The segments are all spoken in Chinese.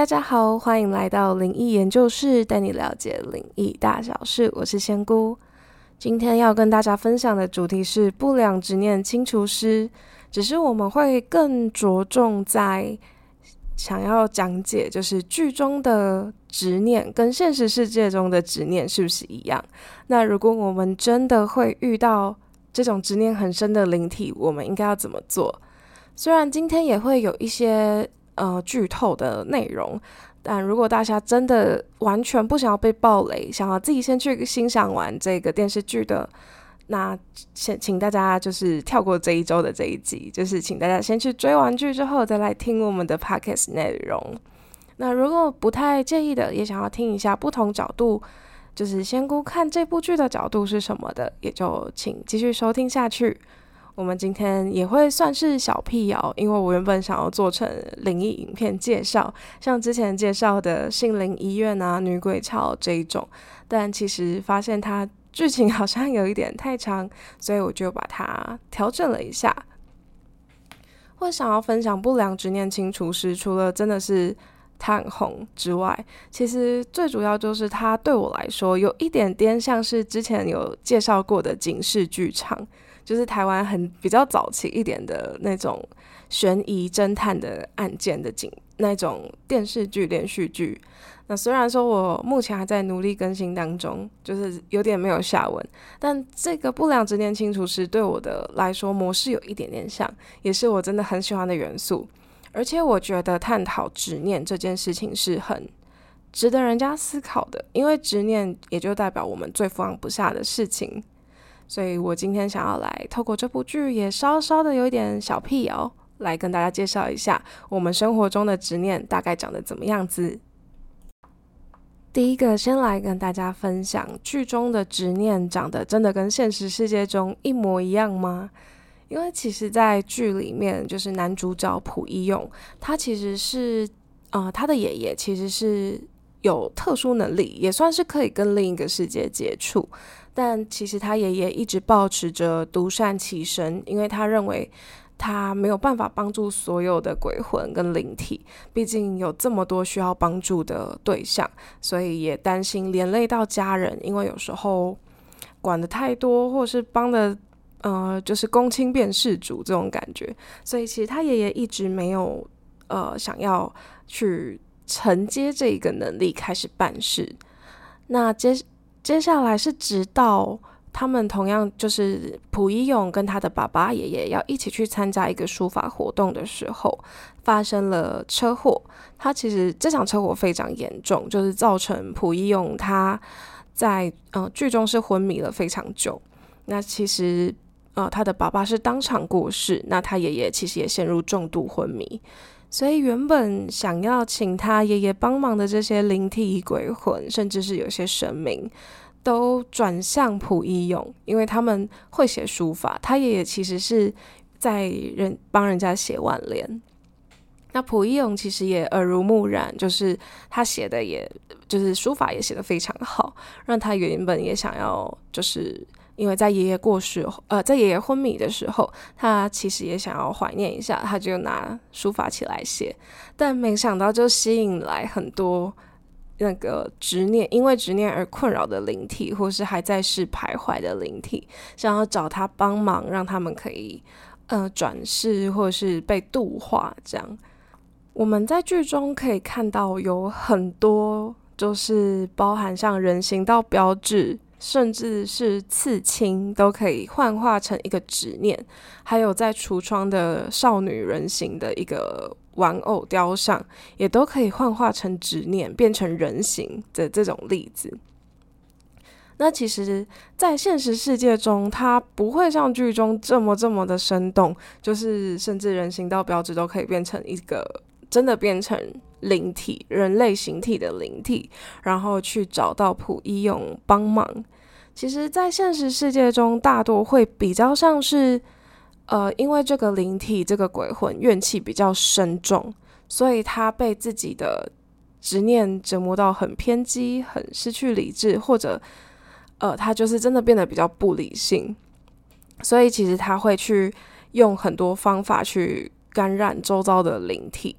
大家好，欢迎来到灵异研究室，带你了解灵异大小事。我是仙姑，今天要跟大家分享的主题是不良执念清除师，只是我们会更着重在想要讲解，就是剧中的执念跟现实世界中的执念是不是一样。那如果我们真的会遇到这种执念很深的灵体，我们应该要怎么做？虽然今天也会有一些剧透的内容，但如果大家真的完全不想要被爆雷，想要自己先去欣赏完这个电视剧的，那请大家就是跳过这一周的这一集，就是请大家先去追完剧之后再来听我们的 podcast 内容。那如果不太介意的，也想要听一下不同角度，就是仙姑看这部剧的角度是什么的，也就请继续收听下去。我们今天也会算是小辟谣，因为我原本想要做成灵异影片介绍，像之前介绍的杏林医院啊、女鬼桥这一种，但其实发现它剧情好像有一点太长，所以我就把它调整了一下。会想要分享不良执念清除师，除了真的是它很红之外，其实最主要就是它对我来说有一点点像是之前有介绍过的警示剧场，就是台湾比较早期一点的那种悬疑侦探的案件的那种电视剧连续剧。那虽然说我目前还在努力更新当中，就是有点没有下文，但这个不良执念清除师对我的来说模式有一点点像，也是我真的很喜欢的元素。而且我觉得探讨执念这件事情是很值得人家思考的，因为执念也就代表我们最放不下的事情。所以我今天想要来透过这部剧也稍稍的有一点小辟谣，来跟大家介绍一下我们生活中的执念大概长得怎么样子。第一个先来跟大家分享，剧中的执念长得真的跟现实世界中一模一样吗？因为其实在剧里面，就是男主角朴一勇，他其实是他的爷爷其实是有特殊能力，也算是可以跟另一个世界接触，但其实他爷爷一直抱持着独善其身，因为他认为他没有办法帮助所有的鬼魂跟灵体，毕竟有这么多需要帮助的对象，所以也担心连累到家人，因为有时候管得太多，或是帮的就是公亲变事主这种感觉，所以其实他爷爷一直没有想要去承接这个能力开始办事。那接下来是直到他们同样就是朴一勇跟他的爸爸爷爷要一起去参加一个书法活动的时候，发生了车祸。他其实这场车祸非常严重，就是造成朴一勇他在剧中是昏迷了非常久。那其实他的爸爸是当场过世，那他爷爷其实也陷入重度昏迷，所以原本想要请他爷爷帮忙的这些灵体鬼魂，甚至是有些神明，都转向朴一勇，因为他们会写书法，他爷爷其实是在帮人家写挽联。那朴一勇其实也耳濡目染，就是他写的也就是书法也写得非常好，让他原本也想要就是因为在爷爷在爷爷昏迷的时候，他其实也想要怀念一下，他就拿书法起来写，但没想到就吸引来很多那个因为执念而困扰的灵体，或是还在世徘徊的灵体，想要找他帮忙，让他们可以转世或是被度化这样。我们在剧中可以看到有很多就是包含像人行道标志，甚至是刺青都可以幻化成一个执念，还有在橱窗的少女人形的一个玩偶雕像，也都可以幻化成执念，变成人形的这种例子。那其实在现实世界中，它不会像剧中这么的生动，就是甚至人行道标志都可以变成一个真的变成灵体，人类形体的灵体，然后去找到朴一勇帮忙。其实在现实世界中大多会比较像是因为这个灵体这个鬼魂怨气比较深重，所以他被自己的执念折磨到很偏激，很失去理智，或者他就是真的变得比较不理性，所以其实他会去用很多方法去感染周遭的灵体，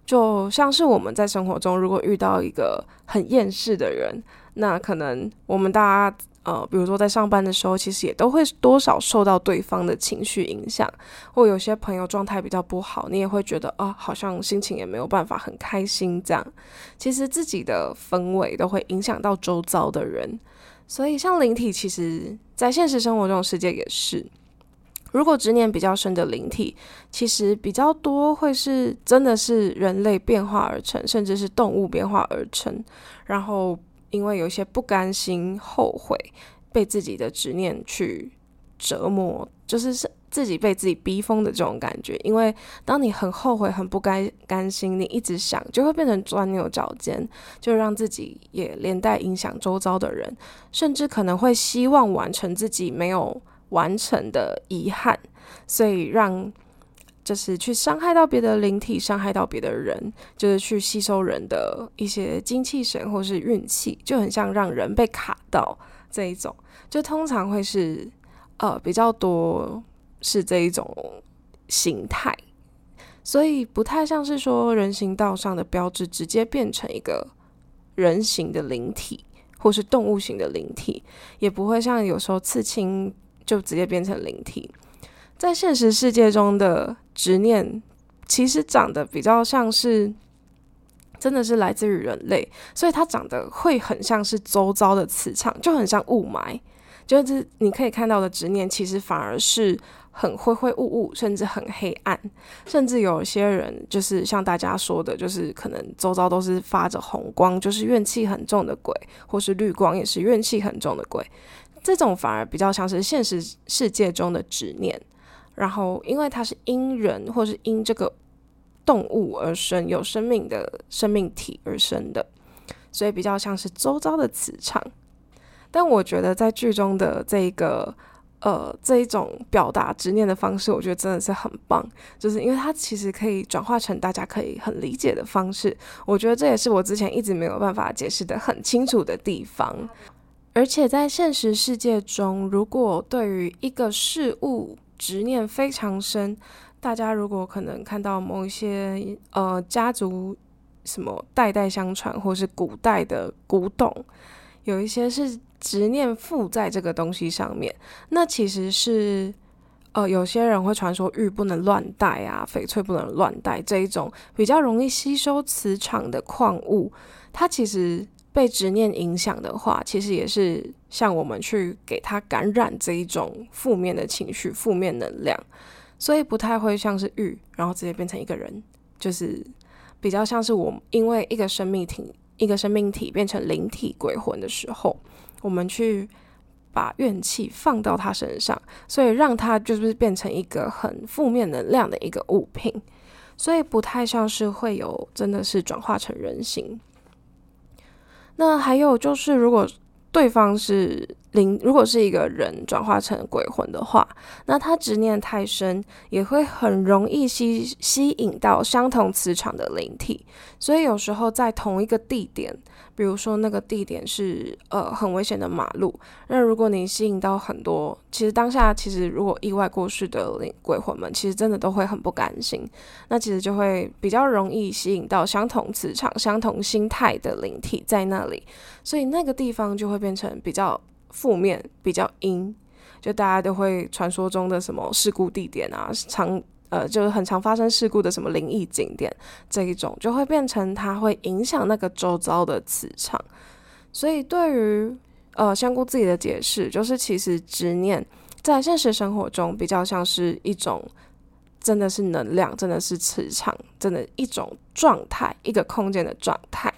就像是我们在生活中如果遇到一个很厌世的人，那可能我们大家比如说在上班的时候，其实也都会多少受到对方的情绪影响，或有些朋友状态比较不好，你也会觉得好像心情也没有办法很开心这样。其实自己的氛围都会影响到周遭的人，所以像灵体，其实在现实生活中的世界也是。如果执念比较深的灵体，其实比较多会是真的是人类变化而成，甚至是动物变化而成，然后因为有一些不甘心、后悔，被自己的执念去折磨，就是自己被自己逼疯的这种感觉。因为当你很后悔、很不甘心，你一直想，就会变成钻牛角尖，就让自己也连带影响周遭的人，甚至可能会希望完成自己没有完成的遗憾，所以让就是去伤害到别的灵体，伤害到别的人，就是去吸收人的一些精气神或是运气，就很像让人被卡到这一种，就通常会是比较多是这一种形态，所以不太像是说人行道上的标志直接变成一个人形的灵体或是动物型的灵体，也不会像有时候刺青就直接变成灵体。在现实世界中的执念其实长得比较像是真的是来自于人类，所以它长得会很像是周遭的磁场，就很像雾霾，就是你可以看到的执念其实反而是很灰灰雾雾，甚至很黑暗，甚至有些人就是像大家说的，就是可能周遭都是发着红光，就是怨气很重的鬼，或是绿光也是怨气很重的鬼，这种反而比较像是现实世界中的执念。然后因为它是因人或是因这个动物而生，有生命的生命体而生的，所以比较像是周遭的磁场。但我觉得在剧中的这一种表达执念的方式，我觉得真的是很棒，就是因为它其实可以转化成大家可以很理解的方式，我觉得这也是我之前一直没有办法解释的很清楚的地方。而且在现实世界中，如果对于一个事物执念非常深，大家如果可能看到某一些家族什么代代相传，或是古代的古董，有一些是执念附在这个东西上面，那其实是有些人会传说玉不能乱带啊，翡翠不能乱带，这一种比较容易吸收磁场的矿物，它其实被执念影响的话，其实也是像我们去给它感染这一种负面的情绪、负面能量，所以不太会像是玉，然后直接变成一个人，就是比较像是我因为一个生命体变成灵体鬼魂的时候，我们去把怨气放到他身上，所以让他就是变成一个很负面能量的一个物品，所以不太像是会有真的是转化成人形。那还有就是，如果对方是如果是一个人转化成鬼魂的话，那他执念太深，也会很容易吸引到相同磁场的灵体。所以有时候在同一个地点，比如说那个地点是很危险的马路，那如果你吸引到很多，其实当下其实如果意外过世的鬼魂们，其实真的都会很不甘心，那其实就会比较容易吸引到相同磁场、相同心态的灵体在那里，所以那个地方就会变成比较负面、比较阴，就大家都会传说中的什么事故地点啊，就是很常发生事故的什么灵异景点，这一种就会变成它会影响那个周遭的磁场。所以对于香菇自己的解释，就是其实执念在现实生活中比较像是一种真的是能量，真的是磁场，真的一种状态，一个空间的状态。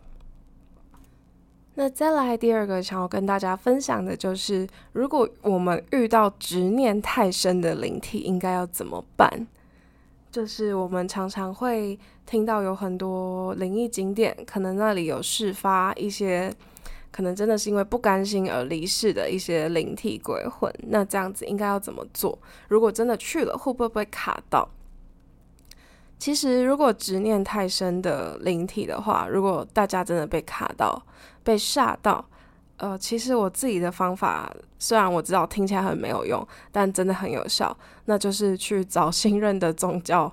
那再来第二个想要跟大家分享的就是，如果我们遇到执念太深的灵体，应该要怎么办？就是我们常常会听到有很多灵异景点，可能那里有事发一些可能真的是因为不甘心而离世的一些灵体鬼魂，那这样子应该要怎么做？如果真的去了，会不会卡到？其实如果执念太深的灵体的话，如果大家真的被卡到、被吓到，其实我自己的方法，虽然我知道听起来很没有用，但真的很有效，那就是去找信任的宗教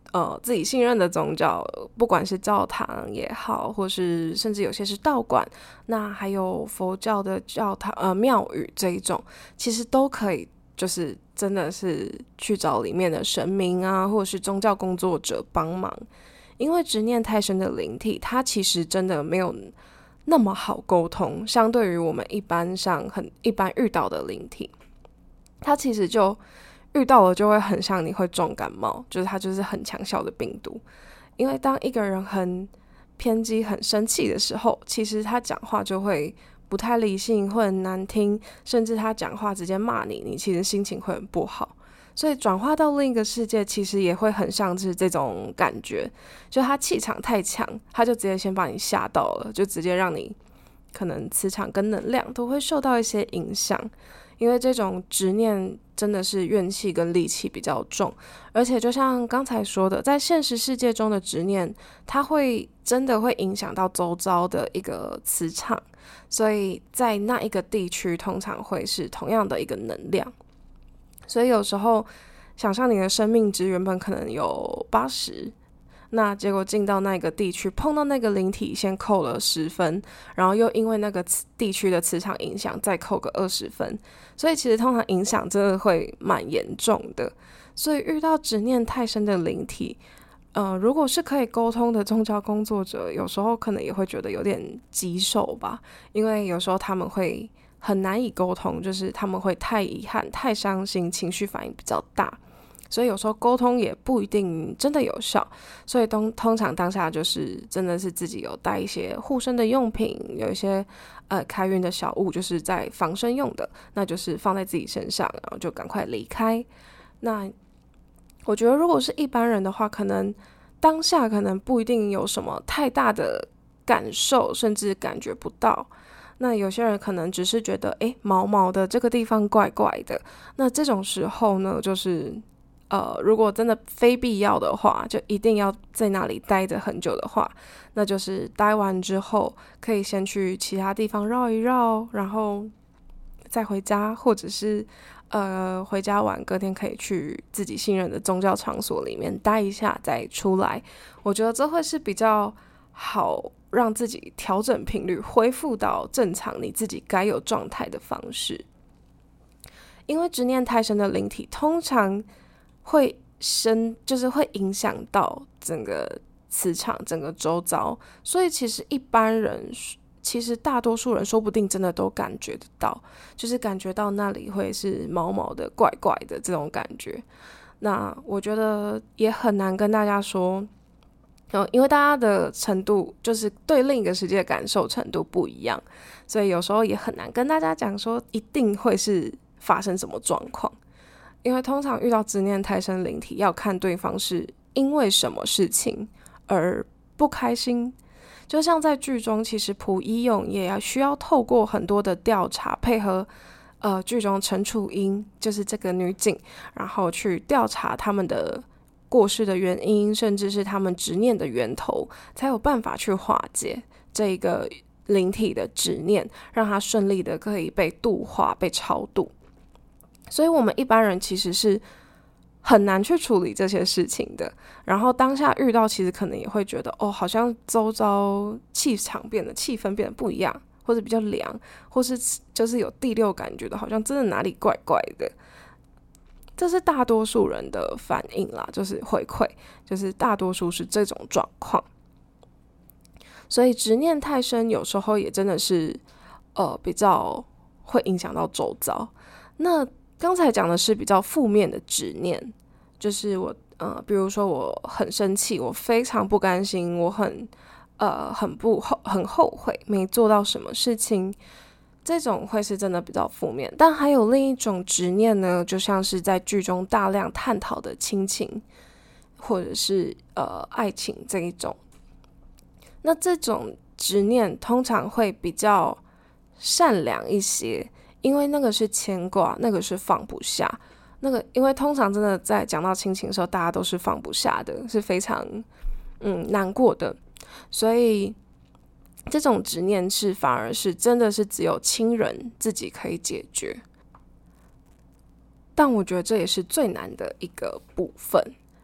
自己信任的宗教，不管是教堂也好，或是甚至有些是道馆，那还有佛教的教堂庙宇这一种，其实都可以就是真的是去找里面的神明啊，或者是宗教工作者帮忙。因为执念太深的灵体，它其实真的没有那么好沟通，相对于我们一般遇到的灵体，它其实就遇到了就会很像你会重感冒，就是它就是很强效的病毒。因为当一个人很偏激很生气的时候，其实他讲话就会不太理性，会很难听，甚至他讲话直接骂你，你其实心情会很不好。所以转化到另一个世界，其实也会很像是这种感觉，就他气场太强，他就直接先把你吓到了，就直接让你可能磁场跟能量都会受到一些影响。因为这种执念真的是怨气跟戾气比较重，而且就像刚才说的，在现实世界中的执念，它会真的会影响到周遭的一个磁场，所以在那一个地区通常会是同样的一个能量。所以有时候想象你的生命值原本可能有80，那结果进到那个地区碰到那个灵体先扣了10分，然后又因为那个地区的磁场影响再扣个20分，所以其实通常影响真的会蛮严重的。所以遇到执念太深的灵体，如果是可以沟通的宗教工作者，有时候可能也会觉得有点棘手吧，因为有时候他们会很难以沟通，就是他们会太遗憾、太伤心，情绪反应比较大，所以有时候沟通也不一定真的有效。所以通常当下就是真的是自己有带一些护身的用品，有一些开运的小物，就是在防身用的，那就是放在自己身上，然后就赶快离开。那我觉得如果是一般人的话，可能当下可能不一定有什么太大的感受，甚至感觉不到。那有些人可能只是觉得毛毛的这个地方怪怪的，那这种时候呢，就是如果真的非必要的话，就一定要在那里待着很久的话，那就是待完之后可以先去其他地方绕一绕，然后再回家，或者是回家晚隔天可以去自己信任的宗教场所里面待一下再出来。我觉得这会是比较好让自己调整频率，恢复到正常你自己该有状态的方式。因为执念太深的灵体通常会就是会影响到整个磁场整个周遭，所以其实一般人其实大多数人说不定真的都感觉得到，就是感觉到那里会是毛毛的怪怪的这种感觉。那我觉得也很难跟大家说，因为大家的程度就是对另一个世界的感受程度不一样，所以有时候也很难跟大家讲说一定会是发生什么状况。因为通常遇到执念太深灵体，要看对方是因为什么事情而不开心。就像在剧中，其实朴一勇也需要透过很多的调查，配合剧中陈楚英就是这个女警，然后去调查他们的过世的原因，甚至是他们执念的源头，才有办法去化解这个灵体的执念，让它顺利的可以被度化、被超度。所以我们一般人其实是很难去处理这些事情的，然后当下遇到其实可能也会觉得好像周遭气氛变得不一样，或者比较凉，或是就是有第六感觉得好像真的哪里怪怪的。这是大多数人的反应啦，就是回馈，就是大多数是这种状况。所以执念太深有时候也真的是比较会影响到周遭。那刚才讲的是比较负面的执念，就是比如说我很生气，我非常不甘心，我很后悔没做到什么事情，这种会是真的比较负面。但还有另一种执念呢，就像是在剧中大量探讨的亲情或者是爱情这一种。那这种执念通常会比较善良一些，因为那个是牵挂，那个是放不下。因为通常真的在讲到亲情的时候，大家都是放不下的，是非常难过的，所以这种执念是反而是真的是只有亲人自己可以解决。但我觉得这也是最难的一个部分。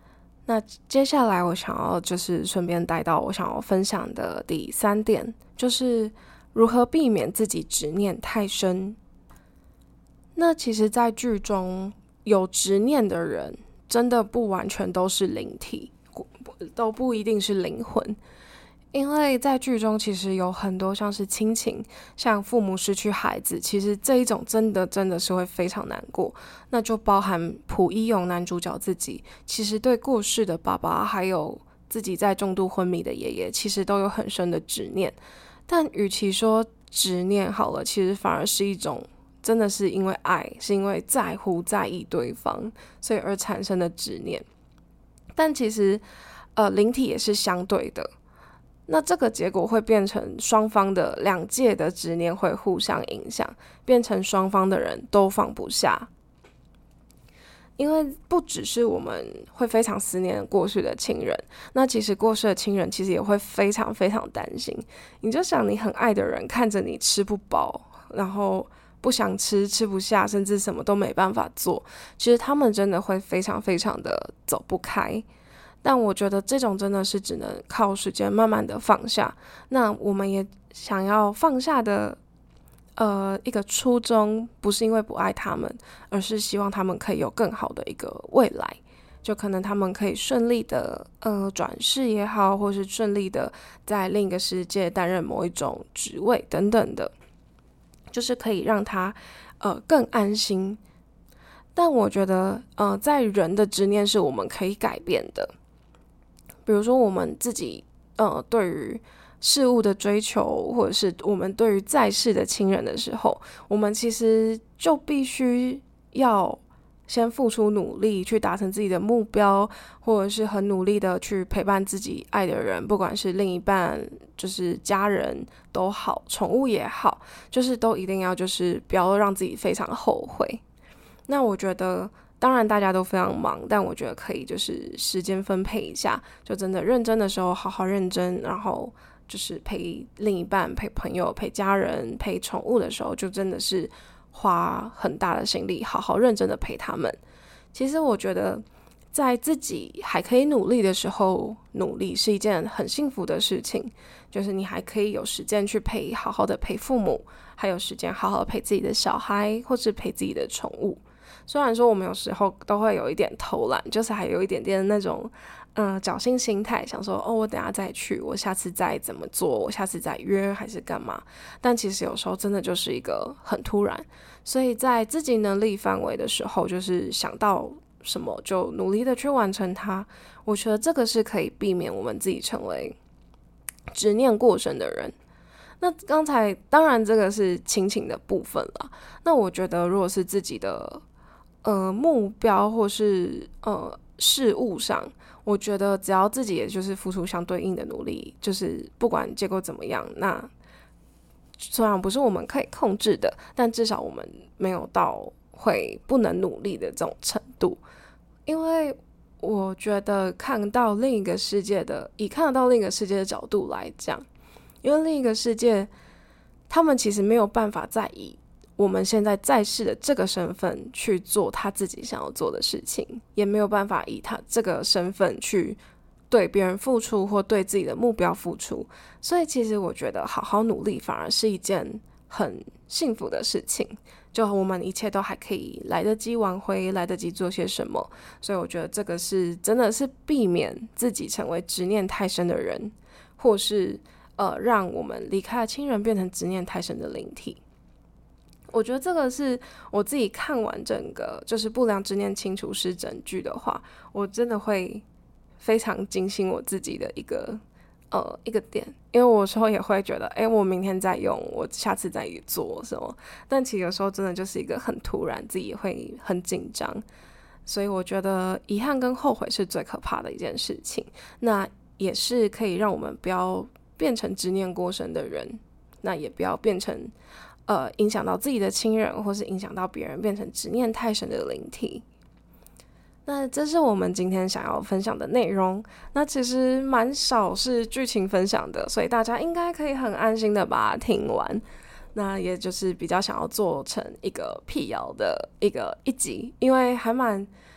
那接下来我想要就是顺便带到我想要分享的第3点，就是如何避免自己执念太深。那其实在剧中有执念的人真的不完全都是灵体，都不一定是灵魂，因为在剧中其实有很多像是亲情，像父母失去孩子，其实这一种真的是会非常难过。那就包含朴一勇男主角自己，其实对过世的爸爸还有自己在重度昏迷的爷爷，其实都有很深的执念。但与其说执念好了，其实反而是一种真的是因为爱，是因为在乎在意对方，所以而产生的执念。但其实灵体也是相对的，那这个结果会变成双方的两界的执念会互相影响，变成双方的人都放不下。因为不只是我们会非常思念过世的亲人，那其实过世的亲人其实也会非常非常担心。你就想你很爱的人看着你吃不饱，然后不想吃，吃不下，甚至什么都没办法做，其实他们真的会非常非常的走不开。但我觉得这种真的是只能靠时间慢慢的放下。那我们也想要放下的一个初衷，不是因为不爱他们，而是希望他们可以有更好的一个未来。就可能他们可以顺利的转世也好，或是顺利的在另一个世界担任某一种职位等等的，就是可以让他更安心。但我觉得在人的执念是我们可以改变的。比如说我们自己对于事物的追求，或者是我们对于在世的亲人的时候，我们其实就必须要先付出努力去达成自己的目标，或者是很努力的去陪伴自己爱的人，不管是另一半就是家人都好，宠物也好，就是都一定要就是不要让自己非常后悔。那我觉得当然大家都非常忙，但我觉得可以就是时间分配一下，就真的认真的时候好好认真，然后就是陪另一半、陪朋友、陪家人、陪宠物的时候，就真的是花很大的心力好好认真的陪他们。其实我觉得在自己还可以努力的时候努力是一件很幸福的事情，就是你还可以有时间去好好的陪父母，还有时间好好陪自己的小孩，或是陪自己的宠物。虽然说我们有时候都会有一点偷懒，就是还有一点点那种侥幸心态，想说我等下再去，我下次再怎么做，我下次再约还是干嘛，但其实有时候真的就是一个很突然，所以在自己能力范围的时候，就是想到什么就努力的去完成它。我觉得这个是可以避免我们自己成为执念过深的人。那刚才当然这个是亲情的部分啦，那我觉得如果是自己的目标或是事物上，我觉得只要自己也就是付出相对应的努力，就是不管结果怎么样，那虽然不是我们可以控制的，但至少我们没有到会不能努力的这种程度。因为我觉得以看得到另一个世界的角度来讲，因为另一个世界他们其实没有办法再以我们现在在世的这个身份去做他自己想要做的事情，也没有办法以他这个身份去对别人付出或对自己的目标付出。所以其实我觉得好好努力反而是一件很幸福的事情，就我们一切都还可以来得及挽回，来得及做些什么。所以我觉得这个是真的是避免自己成为执念太深的人，或是让我们离开了亲人变成执念太深的灵体。我觉得这个是我自己看完整个就是不良执念清除师整剧的话，我真的会非常警醒我自己的一个点。因为我有时候也会觉得我明天再用，我下次再做什么，但其实有时候真的就是一个很突然，自己也会很紧张。所以我觉得遗憾跟后悔是最可怕的一件事情，那也是可以让我们不要变成执念过深的人，那也不要变成影响到自己的亲人，或是影响到别人变成执念太深的灵体。那这是我们今天想要分享的内容，那其实蛮少是剧情分享的，所以大家应该可以很安心的把它听完。那也就是比较想要做成一个辟谣的一集，因为还蛮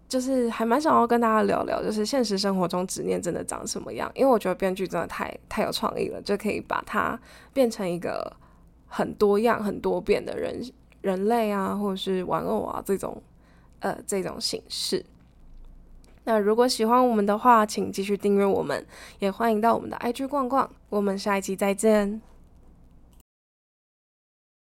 就是还蛮想要跟大家聊聊，就是现实生活中执念真的长什么样，因为我觉得编剧真的太有创意了，就可以把它变成一个很多样很多变的人类啊，或者是玩偶啊这种形式。那如果喜欢我们的话，请继续订阅我们，也欢迎到我们的 IG 逛逛。我们下一期再见。